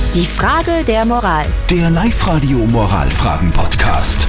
Die Frage der Moral. Der Live-Radio-Moralfragen-Podcast.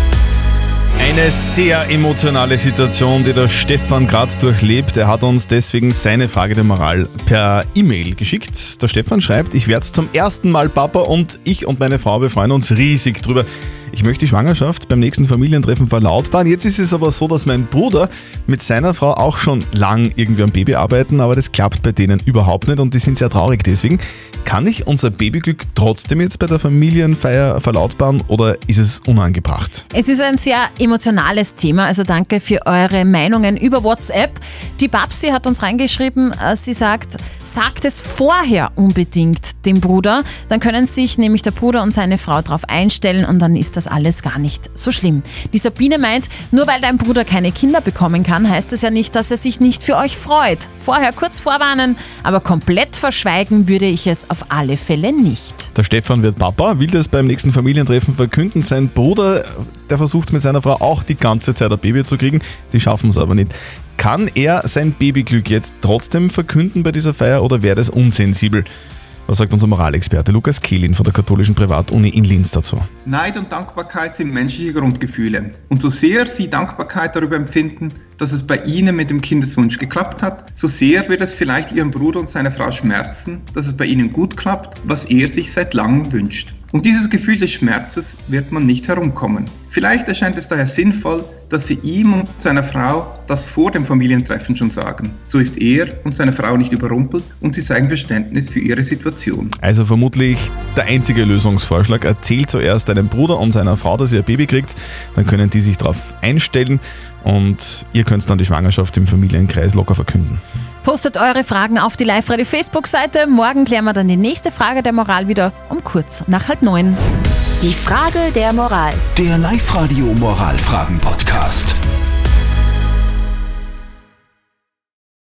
Eine sehr emotionale Situation, die der Stefan gerade durchlebt. Er hat uns deswegen seine Frage der Moral per E-Mail geschickt. Der Stefan schreibt: Ich werde zum ersten Mal Papa und ich und meine Frau, wir freuen uns riesig drüber. Ich möchte die Schwangerschaft beim nächsten Familientreffen verlautbaren. Jetzt ist es aber so, dass mein Bruder mit seiner Frau auch schon lang irgendwie am Baby arbeiten, aber das klappt bei denen überhaupt nicht und die sind sehr traurig deswegen. Kann ich unser Babyglück trotzdem jetzt bei der Familienfeier verlautbaren oder ist es unangebracht? Es ist ein sehr emotionales Thema, also danke für eure Meinungen über WhatsApp. Die Babsi hat uns reingeschrieben, sie sagt es vorher unbedingt dem Bruder, dann können sich nämlich der Bruder und seine Frau darauf einstellen und dann ist das alles gar nicht so schlimm. Die Sabine meint, nur weil dein Bruder keine Kinder bekommen kann, heißt es ja nicht, dass er sich nicht für euch freut. Vorher kurz vorwarnen, aber komplett verschweigen würde ich es auf alle Fälle nicht. Der Stefan wird Papa, will das beim nächsten Familientreffen verkünden. Sein Bruder, der versucht mit seiner Frau auch die ganze Zeit ein Baby zu kriegen, die schaffen es aber nicht. Kann er sein Babyglück jetzt trotzdem verkünden bei dieser Feier oder wäre das unsensibel? Was sagt unser Moralexperte Lukas Kehlin von der katholischen Privatuni in Linz dazu? Neid und Dankbarkeit sind menschliche Grundgefühle. Und so sehr Sie Dankbarkeit darüber empfinden, dass es bei Ihnen mit dem Kindeswunsch geklappt hat, so sehr wird es vielleicht Ihren Bruder und seine Frau schmerzen, dass es bei Ihnen gut klappt, was er sich seit langem wünscht. Und dieses Gefühl des Schmerzes wird man nicht herumkommen. Vielleicht erscheint es daher sinnvoll, dass Sie ihm und seiner Frau das vor dem Familientreffen schon sagen. So ist er und seine Frau nicht überrumpelt und sie zeigen Verständnis für ihre Situation. Also vermutlich der einzige Lösungsvorschlag. Erzählt zuerst deinem Bruder und seiner Frau, dass ihr ein Baby kriegt, dann können die sich darauf einstellen und ihr könnt dann die Schwangerschaft im Familienkreis locker verkünden. Postet eure Fragen auf die Live-Radio Facebook-Seite. Morgen klären wir dann die nächste Frage der Moral wieder um kurz nach 8:30. Die Frage der Moral. Der Live-Radio-Moralfragen-Podcast.